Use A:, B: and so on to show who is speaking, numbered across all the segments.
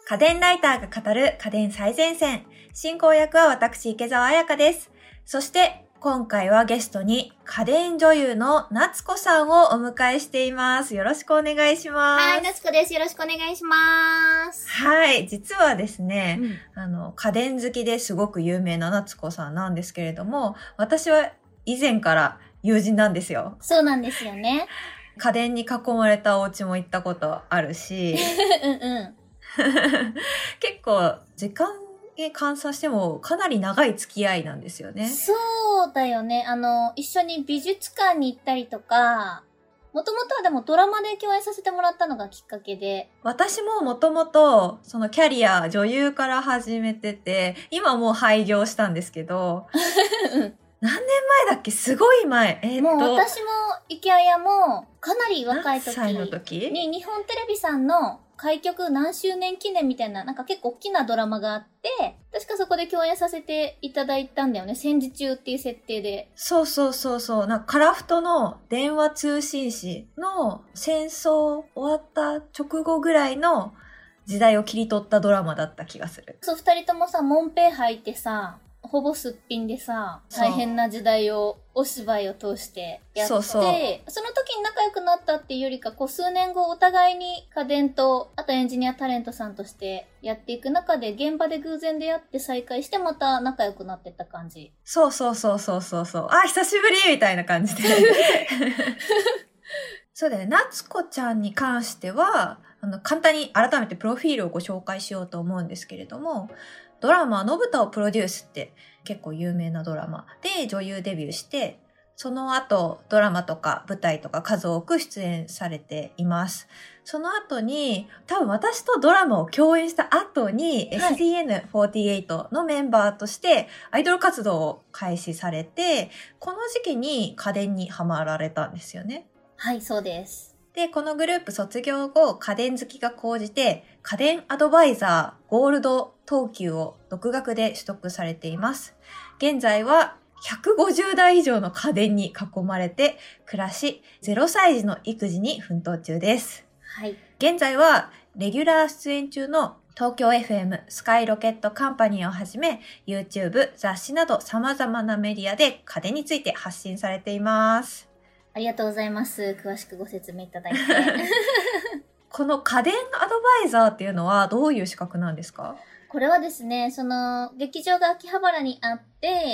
A: 家電ライターが語る家電最前線。進行役は私、池澤彩香です。そして、今回はゲストに家電女優の夏子さんをお迎えしています。よろしくお願いします。
B: はい、夏子です。よろしくお願いします。
A: はい、実はですね、家電好きですごく有名な夏子さんなんですけれども、私は以前から友人なんですよ。
B: そうなんですよね。
A: 家電に囲まれたお家も行ったことあるし、結構時間に換算してもかなり長い付き合いなんですよね。
B: そうだよね。一緒に美術館に行ったりとか、もともとはでもドラマで共演させてもらったのがきっかけで。
A: 私ももともとそのキャリア女優から始めてて、今もう廃業したんですけど、何年前だっけ？すごい前。
B: もう私も池谷もかなり若い
A: 何歳の時
B: に日本テレビさんの開局何周年記念みたいな、なんか結構大きなドラマがあって、確かそこで共演させていただいたんだよね。戦時中っていう設定で。
A: そう。なんかカラフトの電話通信誌の戦争終わった直後ぐらいの時代を切り取ったドラマだった気がする。
B: そう、二人ともさ、モンペイ履いてさ、ほぼすっぴんでさ、大変な時代をお芝居を通してやって、その時に仲良くなったっていうよりか、数年後お互いに家電と、あとエンジニアタレントさんとしてやっていく中で、現場で偶然出会って再会してまた仲良くなってった感じ。
A: そう。あ、久しぶりみたいな感じで。そうだよね。夏子ちゃんに関しては、簡単に改めてプロフィールをご紹介しようと思うんですけれども、ドラマ、のぶたをプロデュースって結構有名なドラマで女優デビューして、その後ドラマとか舞台とか数多く出演されています。その後に、多分私とドラマを共演した後に、はい、SDN48 のメンバーとしてアイドル活動を開始されて、この時期に家電にハマられたんですよね。
B: はい、そうです。
A: で、このグループ卒業後、家電好きが高じて、家電アドバイザーゴールド等級を独学で取得されています。現在は150台以上の家電に囲まれて暮らし、0歳児の育児に奮闘中です。
B: はい。
A: 現在はレギュラー出演中の東京 FM スカイロケットカンパニーをはじめ YouTube、雑誌など様々なメディアで家電について発信されています。
B: ありがとうございます。詳しくご説明いただいて。
A: この家電アドバイザーっていうのはどういう資格なんですか？
B: これはですね、劇場が秋葉原にあって、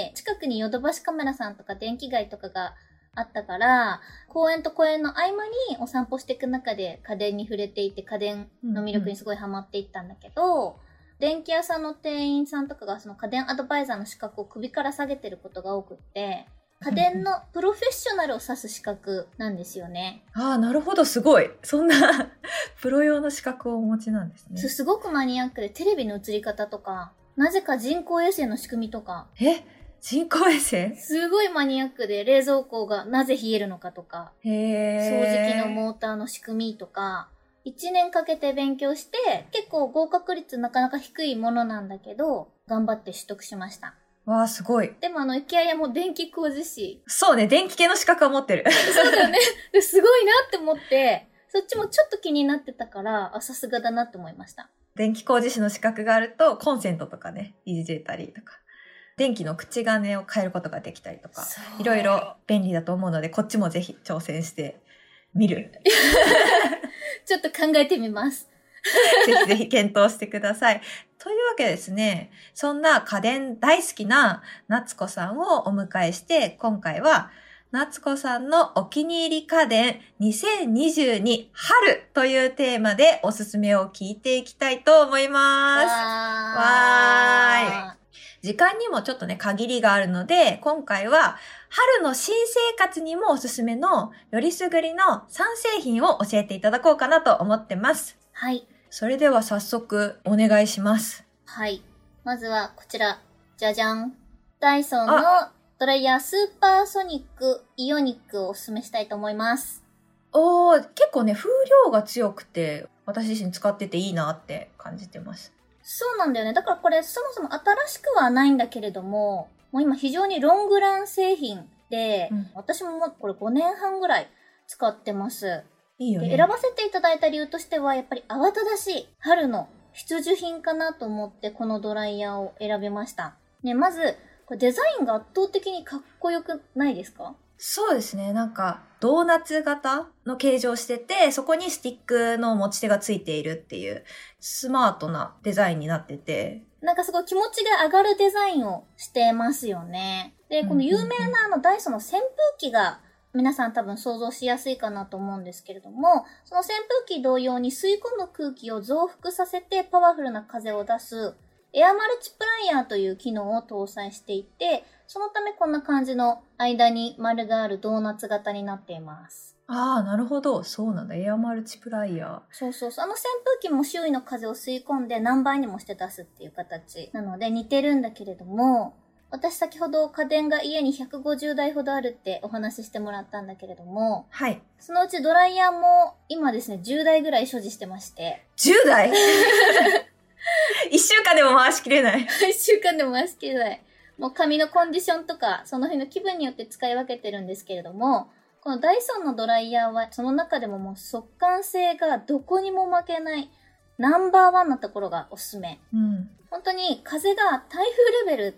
B: 近くにヨドバシカメラさんとか電気街とかがあったから、公演と公演の合間にお散歩していく中で家電に触れていて、家電の魅力にすごいハマっていったんだけど、電気屋さんの店員さんとかがその家電アドバイザーの資格を首から下げてることが多くって、家電のプロフェッショナルを指す資格なんですよね。
A: ああ、なるほど、すごい。そんなプロ用の資格をお持ちなんですね。
B: すごくマニアックで、テレビの映り方とか、なぜか人工衛星の仕組みとか。
A: 人工衛星？
B: すごいマニアックで、冷蔵庫がなぜ冷えるのかとか、掃除機のモーターの仕組みとか、1年かけて勉強して、結構合格率なかなか低いものなんだけど、頑張って取得しました。
A: わあ、すごい。
B: でも池谷も電気工事士。
A: そうね、電気系の資格は持ってる。
B: そうだよね。すごいなって思って、そっちもちょっと気になってたから、さすがだなって思いました。
A: 電気工事士の資格があると、コンセントとかね、いじれたりとか、電気の口金を変えることができたりとか、いろいろ便利だと思うので、こっちもぜひ挑戦してみる。
B: ちょっと考えてみます。
A: ぜひぜひ検討してください。というわけですね、そんな家電大好きな夏子さんをお迎えして、今回は夏子さんのお気に入り家電2022春というテーマでおすすめを聞いていきたいと思います。わーい。時間にもちょっとね、限りがあるので、今回は春の新生活にもおすすめのよりすぐりの3製品を教えていただこうかなと思ってます。
B: はい。
A: それでは早速お願いします。
B: はい。まずはこちら。じゃじゃん。ダイソンのドライヤースーパーソニックイオニックをおすすめしたいと思います。
A: 結構ね、風量が強くて、私自身使ってていいなって感じてます。
B: そうなんだよね。だからこれそもそも新しくはないんだけれども、もう今非常にロングラン製品で、私ももうこれ5年半ぐらい使ってます。
A: いいよね。
B: で、選ばせていただいた理由としては、やっぱり慌ただしい春の必需品かなと思ってこのドライヤーを選びました。ね、まず、これデザインが圧倒的にかっこよくないですか？
A: そうですね。なんか、ドーナツ型の形状してて、そこにスティックの持ち手がついているっていう、スマートなデザインになってて。
B: なんかすごい気持ちが上がるデザインをしてますよね。で、この有名なダイソンの扇風機が皆さん多分想像しやすいかなと思うんですけれども、その扇風機同様に吸い込む空気を増幅させてパワフルな風を出すエアマルチプライヤーという機能を搭載していて、そのためこんな感じの間に丸があるドーナツ型になっています。
A: ああ、なるほど。そうなんだ。エアマルチプライヤー。
B: そうそうそう。扇風機も周囲の風を吸い込んで何倍にもして出すっていう形なので似てるんだけれども、私先ほど家電が家に150台ほどあるってお話ししてもらったんだけれども、
A: はい。
B: そのうちドライヤーも今ですね、10台ぐらい所持してまして。
A: 10台 ?1 週間でも回しきれない。
B: 1週間でも回しきれない。もう髪のコンディションとか、その日の気分によって使い分けてるんですけれども、このダイソンのドライヤーはその中でももう速乾性がどこにも負けないナンバーワンなところがおすすめ。
A: うん。
B: 本当に風が台風レベルって、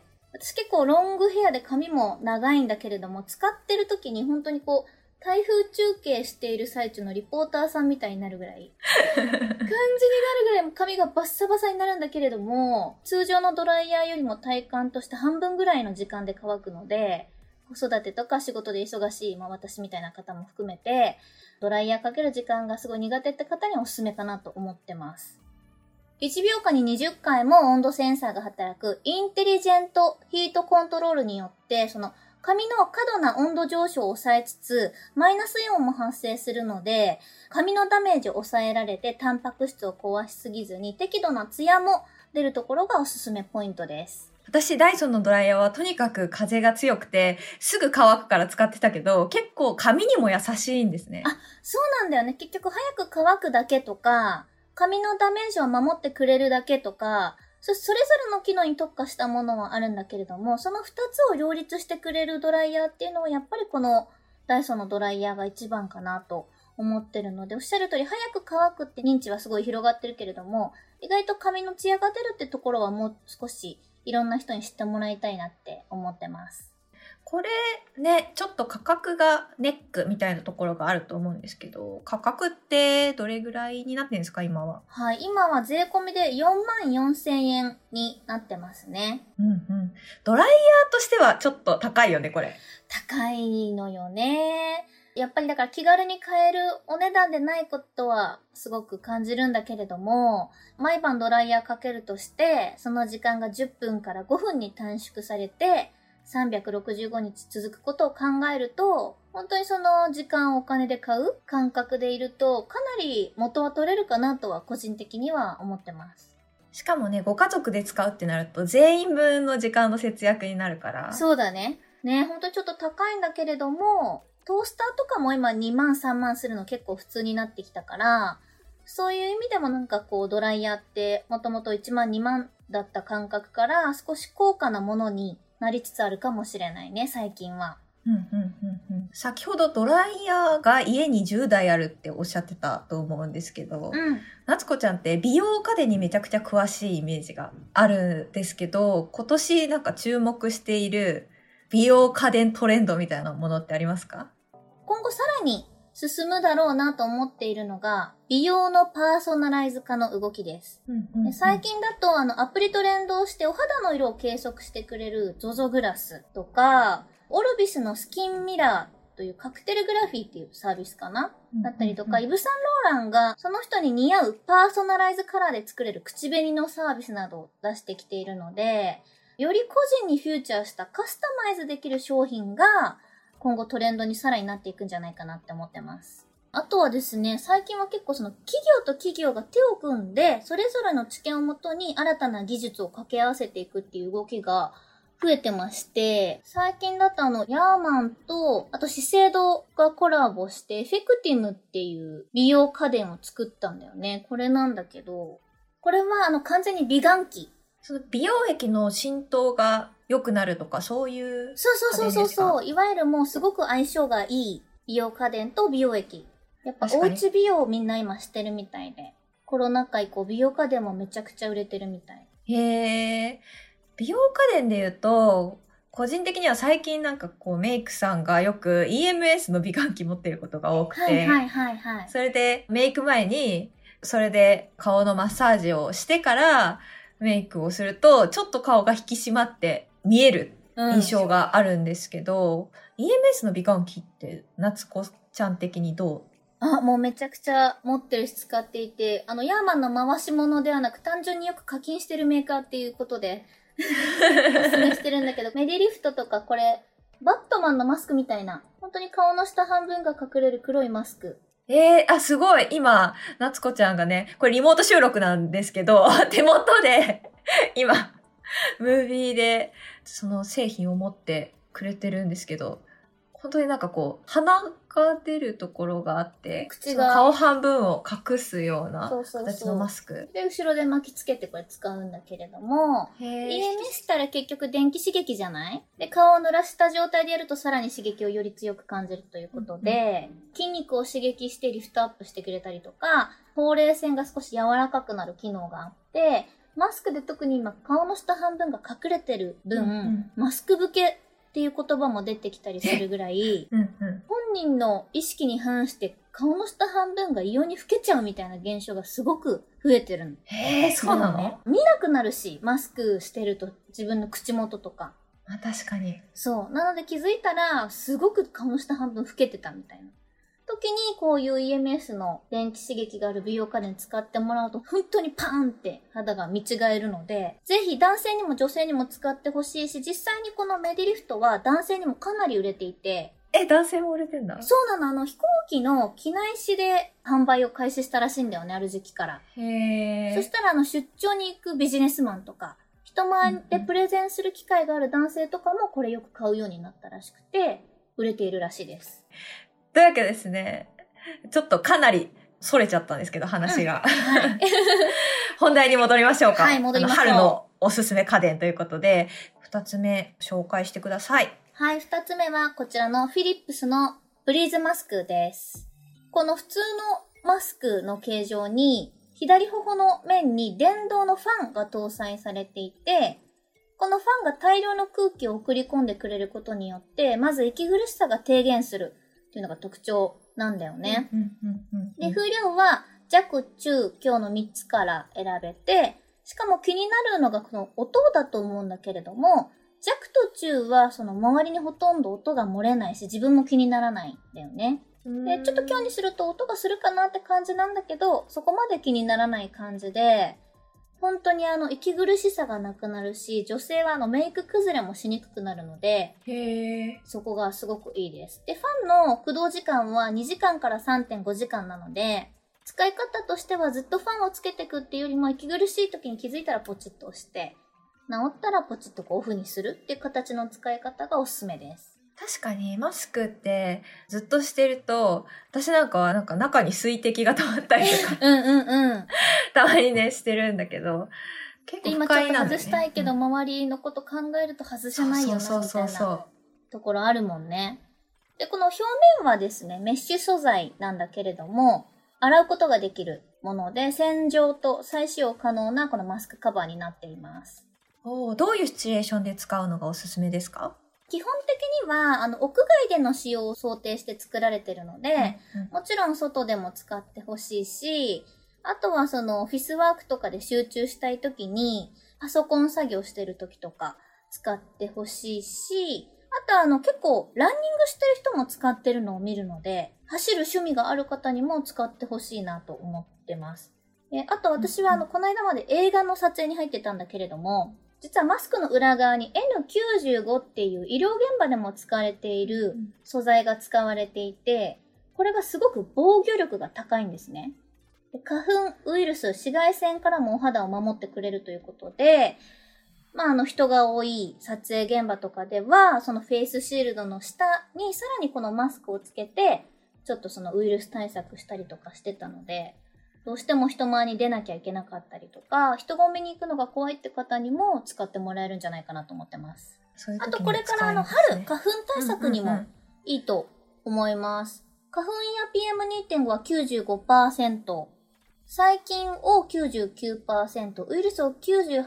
B: 私結構ロングヘアで髪も長いんだけれども、使ってる時に本当にこう、台風中継している最中のリポーターさんみたいになるぐらい、感じになるぐらい髪がバッサバサになるんだけれども、通常のドライヤーよりも体感として半分ぐらいの時間で乾くので、子育てとか仕事で忙しい、私みたいな方も含めて、ドライヤーかける時間がすごい苦手って方にはおすすめかなと思ってます。1秒間に20回も温度センサーが働くインテリジェントヒートコントロールによって、その髪の過度な温度上昇を抑えつつ、マイナスイオンも発生するので、髪のダメージを抑えられて、タンパク質を壊しすぎずに適度なツヤも出るところがおすすめポイントです。
A: 私、ダイソンのドライヤーはとにかく風が強くて、すぐ乾くから使ってたけど、結構髪にも優しいんですね。
B: あ、そうなんだよね。結局早く乾くだけとか、髪のダメージを守ってくれるだけとか、それぞれの機能に特化したものはあるんだけれども、その2つを両立してくれるドライヤーっていうのはやっぱりこのダイソンのドライヤーが一番かなと思ってるので、おっしゃる通り早く乾くって認知はすごい広がってるけれども、意外と髪のツヤが出るってところはもう少しいろんな人に知ってもらいたいなって思ってます。
A: これね、ちょっと価格がネックみたいなところがあると思うんですけど、価格ってどれぐらいになってるんですか、今は？
B: はい、今は税込みで44,000円になってますね。
A: うんうん。ドライヤーとしてはちょっと高いよね、これ。
B: 高いのよね。やっぱりだから気軽に買えるお値段でないことはすごく感じるんだけれども、毎晩ドライヤーかけるとして、その時間が10分から5分に短縮されて、365日続くことを考えると、本当にその時間をお金で買う感覚でいると、かなり元は取れるかなとは個人的には思ってます。
A: しかもね、ご家族で使うってなると全員分の時間の節約になるから。
B: そうだね。ね、本当にちょっと高いんだけれども、トースターとかも今2万3万するの結構普通になってきたから、そういう意味でもなんかこうドライヤーってもともと1万2万だった感覚から少し高価なものになりつつあるかもしれないね、最近は。
A: 先ほどドライヤーが家に10台あるっておっしゃってたと思うんですけど、夏子ちゃんって美容家電にめちゃくちゃ詳しいイメージがあるんですけど、今年なんか注目している美容家電トレンドみたいなものってありますか？
B: 今後さらに進むだろうなと思っているのが、美容のパーソナライズ化の動きです。最近だとアプリと連動してお肌の色を計測してくれる ZOZO グラスとか、オルビスのスキンミラーというカクテルグラフィーっていうサービスかな、だったりとか、イヴ・サンローランがその人に似合うパーソナライズカラーで作れる口紅のサービスなどを出してきているので、より個人にフューチャーしたカスタマイズできる商品が今後トレンドにさらになっていくんじゃないかなって思ってます。あとはですね、最近は結構その企業と企業が手を組んで、それぞれの知見をもとに新たな技術を掛け合わせていくっていう動きが増えてまして、最近だとヤーマンと、あと資生堂がコラボして、フェクティムっていう美容家電を作ったんだよね。これなんだけど、これは完全に美顔器。
A: その美容液の浸透が良くなるとか、そういう家電ですか？
B: そう。いわゆるもうすごく相性がいい美容家電と美容液。やっぱおうち美容をみんな今してるみたいで、 コロナ禍以降、美容家電もめちゃくちゃ売れてるみたい。
A: へえ。美容家電で言うと、個人的には最近なんかこうメイクさんがよく EMS の美顔器持ってることが多くて、
B: はいはいはいはい。
A: それでメイク前にそれで顔のマッサージをしてからメイクをするとちょっと顔が引き締まって見える印象があるんですけど、EMS の美顔器って夏子ちゃん的にど
B: もうめちゃくちゃ持ってるし使っていて、ヤーマンの回し物ではなく単純によく課金してるメーカーっていうことで、おすすめしてるんだけど、メディリフトとかこれ、バットマンのマスクみたいな、本当に顔の下半分が隠れる黒いマスク。
A: すごい。今、夏子ちゃんがね、これリモート収録なんですけど、手元で、今、ムービーで、その製品を持ってくれてるんですけど、本当になんかこう、鼻が出るところがあって、
B: 口が
A: 顔半分を隠すような
B: そうそうそう
A: 形のマスク。
B: で、後ろで巻きつけてこれ使うんだけれども、EMS したら結局電気刺激じゃない？で、顔を濡らした状態でやるとさらに刺激をより強く感じるということで、筋肉を刺激してリフトアップしてくれたりとか、ほうれい線が少し柔らかくなる機能があって、マスクで特に今顔の下半分が隠れてる分、マスク老けっていう言葉も出てきたりするぐらい、本人の意識に反して顔の下半分が異様に老けちゃうみたいな現象がすごく増えてるの。
A: そうなの？
B: 見なくなるし、マスクしてると自分の口元とか。
A: 確かに。
B: そう。なので気づいたら、すごく顔の下半分老けてたみたいな。時にこういう EMS の電気刺激がある美容家電使ってもらうと本当にパーンって肌が見違えるので、ぜひ男性にも女性にも使ってほしいし、実際にこのメディリフトは男性にもかなり売れていて。
A: 男性も売れてんだ？
B: そうなの。飛行機の機内紙で販売を開始したらしいんだよね、ある時期から。そしたら出張に行くビジネスマンとか、人前でプレゼンする機会がある男性とかもこれよく買うようになったらしくて、売れているらしいです。
A: というわけですね、ちょっとかなりそれちゃったんですけど、話が。はい、本題に戻りましょうか。
B: はい、戻りましょう。
A: 春のおすすめ家電ということで、2つ目紹介してください。
B: はい、2つ目はこちらのフィリップスのブリーズマスクです。この普通のマスクの形状に、左頬の面に電動のファンが搭載されていて、このファンが大量の空気を送り込んでくれることによって、まず息苦しさが低減するっていうのが特徴なんだよね。で、風量は弱、中、強の3つから選べて、しかも気になるのがこの音だと思うんだけれども、弱と中はその周りにほとんど音が漏れないし、自分も気にならないんだよね。で、ちょっと強にすると音がするかなって感じなんだけど、そこまで気にならない感じで、本当に息苦しさがなくなるし、女性はメイク崩れもしにくくなるので、そこがすごくいいです。で、ファンの駆動時間は2時間から 3.5 時間なので、使い方としてはずっとファンをつけていくっていうよりも息苦しい時に気づいたらポチッと押して、治ったらポチッとオフにするっていう形の使い方がおすすめです。
A: 確かにマスクってずっとしてると、私なんかはなんか中に水滴が溜まったりとかたまにねしてるんだけど、結構不快なんだね。
B: 今ちょっと外したいけど、周りのこと考えると外せないよなみたいなところあるもんね。で、この表面はですね、メッシュ素材なんだけれども、洗うことができるもので、洗浄と再使用可能なこのマスクカバーになっています。
A: どういうシチュエーションで使うのがおすすめですか？
B: 基本的には、屋外での使用を想定して作られているので、もちろん外でも使ってほしいし、あとはオフィスワークとかで集中したいときに、パソコン作業してるときとか使ってほしいし、あと結構ランニングしてる人も使ってるのを見るので、走る趣味がある方にも使ってほしいなと思ってます。あと私はこの間まで映画の撮影に入ってたんだけれども、実はマスクの裏側に N95 っていう医療現場でも使われている素材が使われていて、これがすごく防御力が高いんですね。で、花粉、ウイルス、紫外線からもお肌を守ってくれるということで、人が多い撮影現場とかでは、そのフェイスシールドの下にさらにこのマスクをつけて、ちょっとウイルス対策したりとかしてたので、どうしても人前に出なきゃいけなかったりとか、人混みに行くのが怖いって方にも使ってもらえるんじゃないかなと思ってます。あとこれから春、花粉対策にもいいと思います。花粉や PM2.5 は 95%、 細菌を 99%、ウイルスを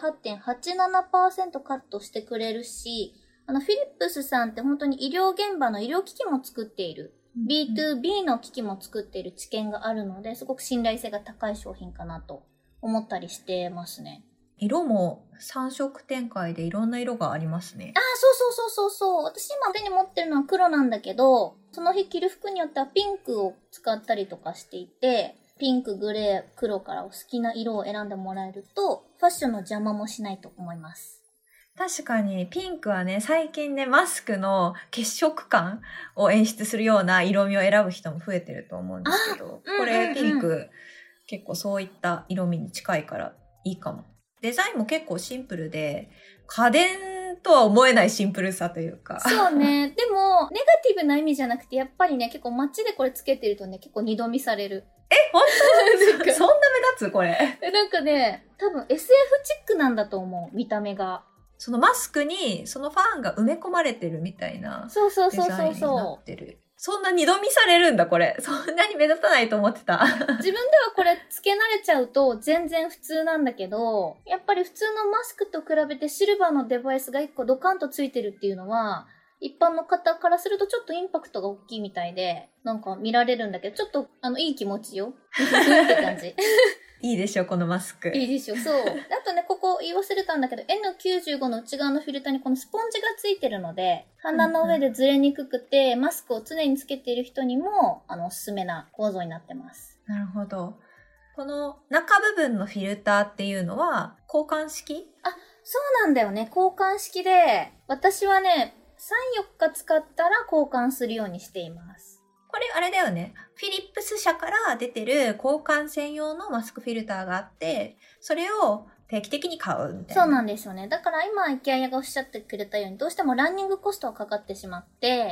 B: 98.87% カットしてくれるし、フィリップスさんって本当に医療現場の医療機器も作っている。B2B の機器も作っている知見があるので、すごく信頼性が高い商品かなと思ったりしてますね。
A: 色も3色展開でいろんな色がありますね。
B: そう。私今手に持ってるのは黒なんだけど、その日着る服によってはピンクを使ったりとかしていて、ピンク、グレー、黒からお好きな色を選んでもらえると、ファッションの邪魔もしないと思います。
A: 確かにピンクはね、最近ね、マスクの血色感を演出するような色味を選ぶ人も増えてると思うんですけど、これピンク結構そういった色味に近いからいいかも。デザインも結構シンプルで、家電とは思えないシンプルさというか。
B: そうね。でも、ネガティブな意味じゃなくて、やっぱりね、結構街でこれつけてるとね、結構二度見される。
A: 本当そんな目立つこれ。
B: なんかね、多分 SF チックなんだと思う、見た目が。
A: そのマスクにそのファンが埋め込まれてるみたいなデザインになってる。そんな二度見されるんだこれ。そんなに目立たないと思ってた。
B: 自分ではこれつけ慣れちゃうと全然普通なんだけど、やっぱり普通のマスクと比べてシルバーのデバイスが1個ドカンとついてるっていうのは、一般の方からするとちょっとインパクトが大きいみたいで、なんか見られるんだけど、ちょっといい気持ちよ。って感じ。
A: いいでしょこのマスク。
B: いいでしょ、そう。あとね、ここ言い忘れたんだけど、N95 の内側のフィルターにこのスポンジがついてるので、鼻の上でずれにくくて、マスクを常につけている人にも、おすすめな構造になってます。
A: なるほど。この中部分のフィルターっていうのは、交換式？
B: そうなんだよね。交換式で、私はね、3、4日使ったら交換するようにしています。
A: これあれだよね。フィリップス社から出てる交換専用のマスクフィルターがあって、それを定期的に買うみたいな。
B: そうなんですよね。だから今、イケアヤがおっしゃってくれたように、どうしてもランニングコストがかかってしまって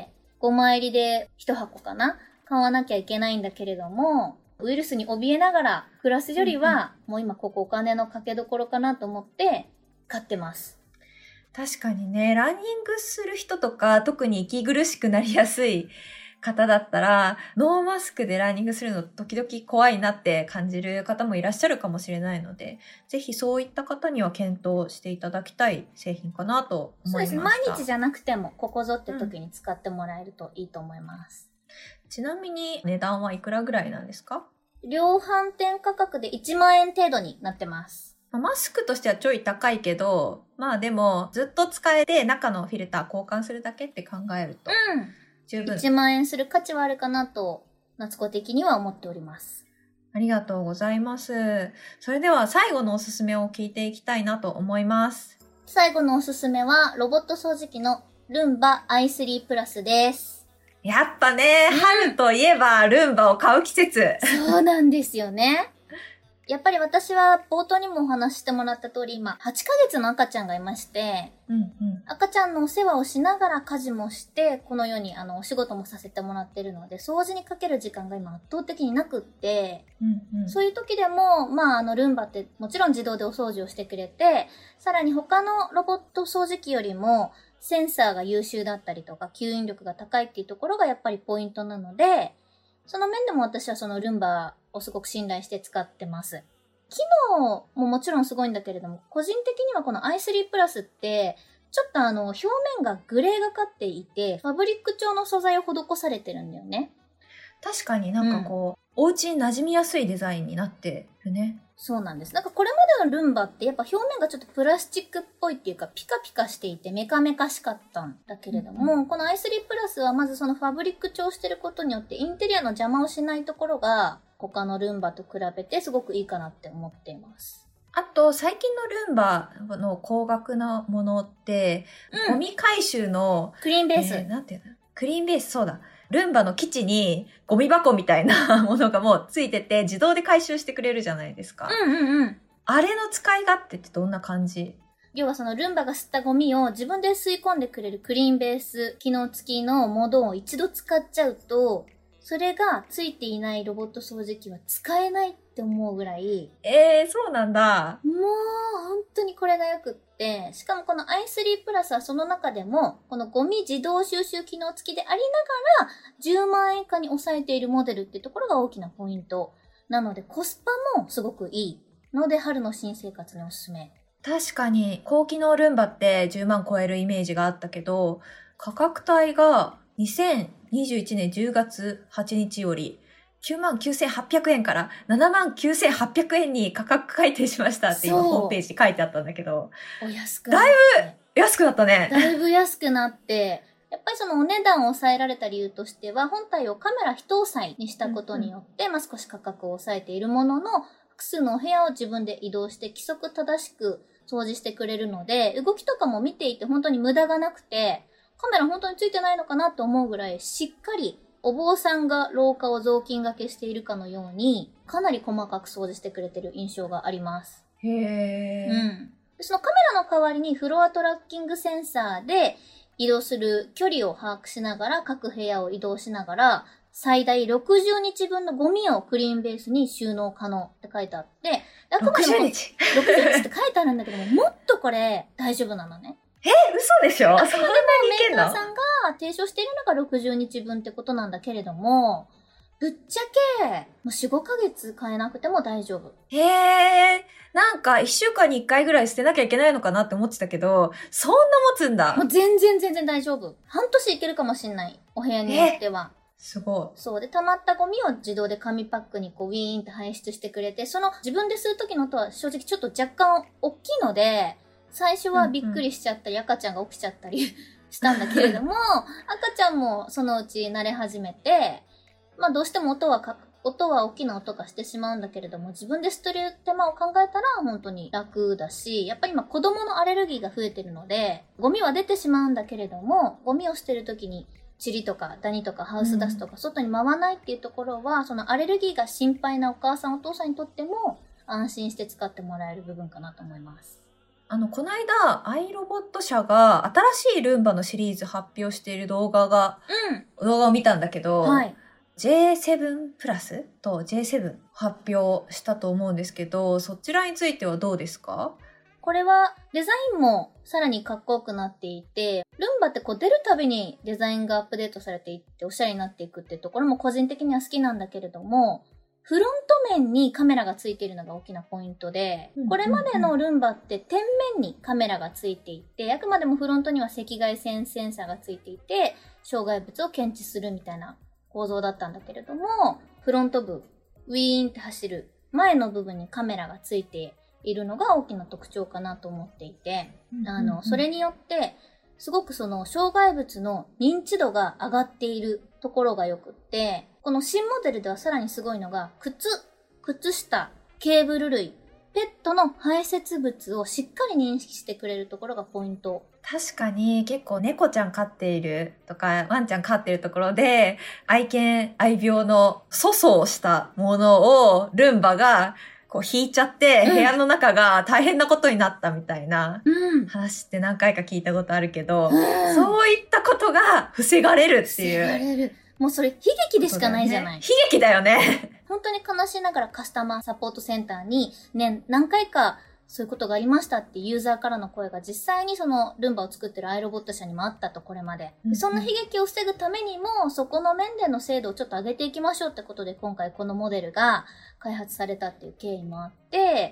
B: 、5枚入りで1箱かな買わなきゃいけないんだけれども、ウイルスに怯えながら暮らすよりは、もう今ここお金のかけどころかなと思って買ってます。
A: 確かにね、ランニングする人とか、特に息苦しくなりやすい方だったら、ノーマスクでランニングするの時々怖いなって感じる方もいらっしゃるかもしれないので、ぜひそういった方には検討していただきたい製品かなと思いました。
B: そうです。毎日じゃなくても、ここぞって時に使ってもらえるといいと思います。
A: ちなみに値段はいくらぐらいなんですか？
B: 量販店価格で1万円程度になってます。
A: マスクとしてはちょい高いけど、まあでもずっと使えて中のフィルター交換するだけって考えると、十分。
B: 1万円する価値はあるかなと、夏子的には思っております。
A: ありがとうございます。それでは最後のおすすめを聞いていきたいなと思います。
B: 最後のおすすめは、ロボット掃除機のルンバ i3 プラスです。
A: やっぱね、春といえばルンバを買う季節。
B: そうなんですよね。やっぱり私は冒頭にもお話ししてもらった通り、今、8ヶ月の赤ちゃんがいまして、赤ちゃんのお世話をしながら家事もして、このようにお仕事もさせてもらってるので、掃除にかける時間が今圧倒的になくって、そういう時でも、ルンバってもちろん自動でお掃除をしてくれて、さらに他のロボット掃除機よりも、センサーが優秀だったりとか、吸引力が高いっていうところがやっぱりポイントなので、その面でも私はそのルンバをすごく信頼して使ってます。機能ももちろんすごいんだけれども、個人的にはこの i3 プラスって、ちょっと表面がグレーがかっていて、ファブリック調の素材を施されてるんだよね。
A: 確かになんかこう、お家に馴染みやすいデザインになってるね。
B: そうなんです。なんかこれまでのルンバってやっぱ表面がちょっとプラスチックっぽいっていうかピカピカしていてメカメカしかったんだけれども、この i3 プラスはまずそのファブリック調してることによってインテリアの邪魔をしないところが他のルンバと比べてすごくいいかなって思っています。
A: あと最近のルンバの高額なものって、ゴミ回収の
B: クリーンベース、
A: なんていうの？クリーンベース、そうだ。ルンバの基地にゴミ箱みたいなものがもうついてて自動で回収してくれるじゃないですか。あれの使い勝手ってどんな感じ？
B: 要はそのルンバが吸ったゴミを自分で吸い込んでくれるクリーンベース機能付きのモードを一度使っちゃうと、それがついていないロボット掃除機は使えないって思うぐらい。
A: そうなんだ。
B: もう本当にこれがよくって、しかもこの i3 プラスはその中でも、このゴミ自動収集機能付きでありながら、10万円以下に抑えているモデルっていうところが大きなポイントなのでコスパもすごくいいので、春の新生活におすすめ。
A: 確かに、高機能ルンバって10万超えるイメージがあったけど、価格帯が2021年10月8日より99,800円から79,800円に価格改定しましたって今ホームページに書いてあったんだけど。
B: お安くなって。
A: だいぶ安くなったね。
B: だいぶ安くなって、やっぱりそのお値段を抑えられた理由としては、本体をカメラ一押さえにしたことによって、少し価格を抑えているものの、複数のお部屋を自分で移動して規則正しく掃除してくれるので、動きとかも見ていて本当に無駄がなくて、カメラ本当についてないのかなと思うぐらい、しっかりお坊さんが廊下を雑巾掛けしているかのように、かなり細かく掃除してくれてる印象があります。
A: へー。
B: そのカメラの代わりにフロアトラッキングセンサーで移動する距離を把握しながら、各部屋を移動しながら、最大60日分のゴミをクリーンベースに収納可能って書いてあって、
A: 60日
B: ?60 日って書いてあるんだけども、もっとこれ大丈夫なのね。
A: 嘘でしょ？そんなにいけんの？
B: メーカーさんが提唱しているのが60日分ってことなんだけれども、ぶっちゃけ、もう4、5ヶ月買えなくても大丈夫。
A: へー。なんか1週間に1回ぐらい捨てなきゃいけないのかなって思ってたけど、そんな持つんだ。
B: もう全然大丈夫。半年いけるかもしんない。お部屋によっては。
A: すごい。
B: そうで、溜まったゴミを自動で紙パックにこうウィーンって排出してくれて、その自分で吸う時の音は正直ちょっと若干大きいので、最初はびっくりしちゃったり、赤ちゃんが起きちゃったりしたんだけれども、赤ちゃんもそのうち慣れ始めて、どうしても音は大きな音がしてしまうんだけれども、自分で捨てる手間を考えたら本当に楽だし、やっぱり今子供のアレルギーが増えてるので、ゴミは出てしまうんだけれども、ゴミを捨てる時に塵とかダニとかハウスダストが外に回らないっていうところは、そのアレルギーが心配なお母さんお父さんにとっても安心して使ってもらえる部分かなと思います。
A: この間、アイロボット社が新しいルンバのシリーズ発表している動画を見たんだけど、
B: はい。
A: J7 プラスと J7 発表したと思うんですけど、そちらについてはどうですか？
B: これはデザインもさらにかっこよくなっていて、ルンバってこう出るたびにデザインがアップデートされていっておしゃれになっていくっていうところも個人的には好きなんだけれども、フロント面にカメラがついているのが大きなポイントで、これまでのルンバって天面にカメラがついていて、あくまでもフロントには赤外線センサーがついていて、障害物を検知するみたいな構造だったんだけれども、フロント部、ウィーンって走る前の部分にカメラがついているのが大きな特徴かなと思っていて、それによって、すごくその障害物の認知度が上がっているところがよくって、この新モデルではさらにすごいのが、靴下、ケーブル類、ペットの排泄物をしっかり認識してくれるところがポイント。
A: 確かに結構猫ちゃん飼っているとかワンちゃん飼ってるところで愛病の粗相したものをルンバがこう引いちゃって部屋の中が大変なことになったみたいな話って何回か聞いたことあるけど、そういったことが防がれるっていう。
B: 防がれる。もうそれ悲劇でしかないじゃない。
A: 悲劇だよね。
B: 本当に悲しいながらカスタマーサポートセンターにね、何回かそういうことがありましたってユーザーからの声が実際にそのルンバを作ってるアイロボット社にもあったと、これまで。そんな悲劇を防ぐためにも、そこの面での精度をちょっと上げていきましょうってことで今回このモデルが開発されたっていう経緯もあって、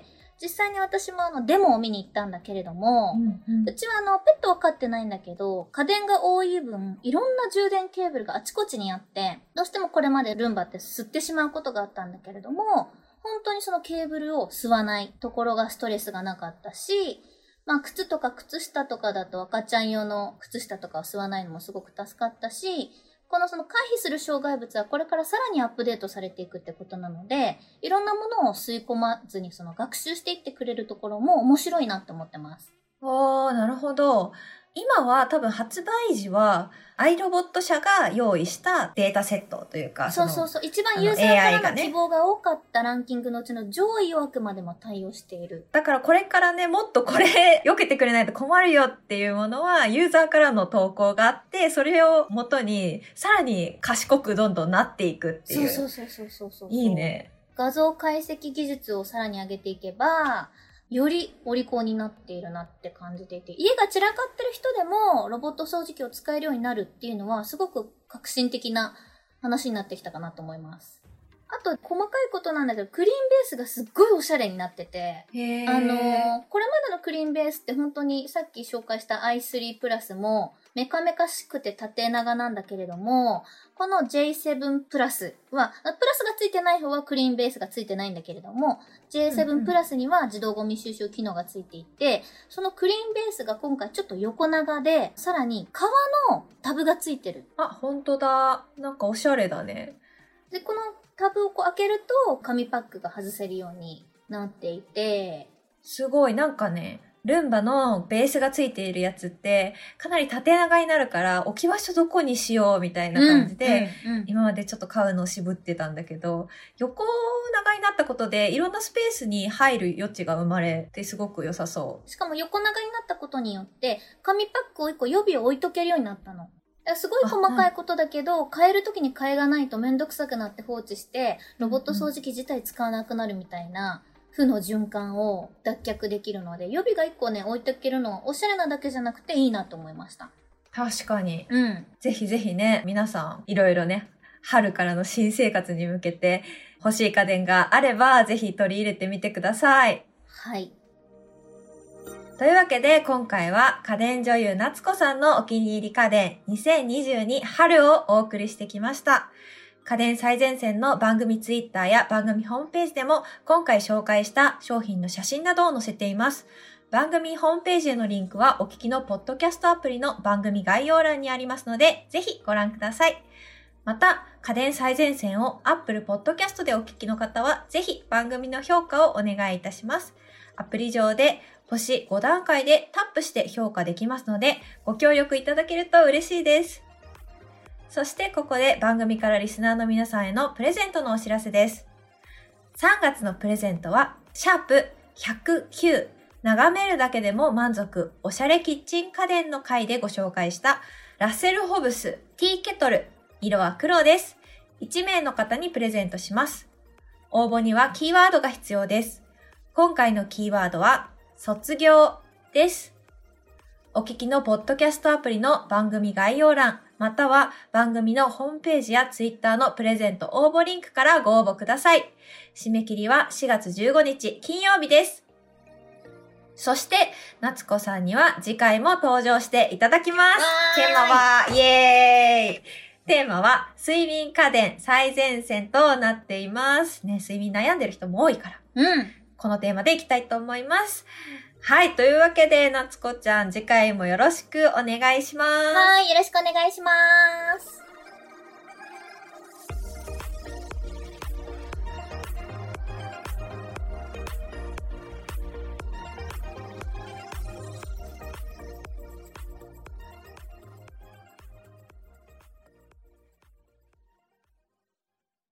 B: 実際に私もデモを見に行ったんだけれども、うちはペットは飼ってないんだけど、家電が多い分、いろんな充電ケーブルがあちこちにあって、どうしてもこれまでルンバって吸ってしまうことがあったんだけれども、本当にそのケーブルを吸わないところがストレスがなかったし、靴とか靴下とかだと赤ちゃん用の靴下とかを吸わないのもすごく助かったし、その回避する障害物はこれからさらにアップデートされていくってことなので、いろんなものを吸い込まずにその学習していってくれるところも面白いなって思ってます。
A: なるほど。今は多分発売時はアイロボット社が用意したデータセットというか、
B: そう。一番ユーザーからの希望が多かったランキングのうちの上位をあくまでも対応している。
A: だからこれからね、もっとこれ避けてくれないと困るよっていうものはユーザーからの投稿があって、それを元にさらに賢くどんどんなっていくっていう。
B: そう。
A: いいね。
B: 画像解析技術をさらに上げていけば、よりお利口になっているなって感じていて、家が散らかってる人でもロボット掃除機を使えるようになるっていうのはすごく革新的な話になってきたかなと思います。 あと、細かいことなんだけど、クリーンベースがすっごいおしゃれになってて、
A: へー。
B: これまでのクリーンベースって本当にさっき紹介した i3 プラスもメカメカしくて縦長なんだけれども、この J7 プラスは、プラスがついてない方はクリーンベースがついてないんだけれども、J7 プラスには自動ゴミ収集機能がついていて、そのクリーンベースが今回ちょっと横長で、さらに革のタブがついてる。
A: あ、ほんとだ。なんかおしゃれだね。
B: で、このタブをこう開けると紙パックが外せるようになっていて、
A: すごい、なんかね、ルンバのベースがついているやつって、かなり縦長になるから、置き場所どこにしようみたいな感じで、今までちょっと買うのを渋ってたんだけど、横長になったことで、いろんなスペースに入る余地が生まれて、すごく良さそう。
B: しかも横長になったことによって、紙パックを1個予備を置いとけるようになったの。すごい細かいことだけど、変えるときに変えがないとめんどくさくなって放置して、ロボット掃除機自体使わなくなるみたいな、負の循環を脱却できるので、予備が1個ね、置いておけるのはおしゃれなだけじゃなくていいなと思いました。
A: 確かに。
B: うん。
A: ぜひぜひね、皆さん、いろいろね、春からの新生活に向けて欲しい家電があれば、ぜひ取り入れてみてください。
B: はい。
A: というわけで今回は家電女優夏子さんのお気に入り家電2022春をお送りしてきました。家電最前線の番組ツイッターや番組ホームページでも今回紹介した商品の写真などを載せています。番組ホームページへのリンクはお聞きのポッドキャストアプリの番組概要欄にありますのでぜひご覧ください。また家電最前線を Apple Podcast でお聞きの方はぜひ番組の評価をお願いいたします。アプリ上で星5段階でタップして評価できますので、ご協力いただけると嬉しいです。そしてここで番組からリスナーの皆さんへのプレゼントのお知らせです。3月のプレゼントは、シャープ109、眺めるだけでも満足、おしゃれキッチン家電の回でご紹介した、ラッセルホブスティーケトル、色は黒です。1名の方にプレゼントします。応募にはキーワードが必要です。今回のキーワードは、卒業です。お聞きのポッドキャストアプリの番組概要欄、または番組のホームページやツイッターのプレゼント応募リンクからご応募ください。締め切りは4月15日金曜日です。そして、夏子さんには次回も登場していただきます。テーマは、イエーイ！テーマは、睡眠家電最前線となっています。ね、睡眠悩んでる人も多いから。このテーマでいきたいと思います。はい、というわけで、夏子ちゃん、次回もよろしくお願いします。
B: はい、よろしくお願いします。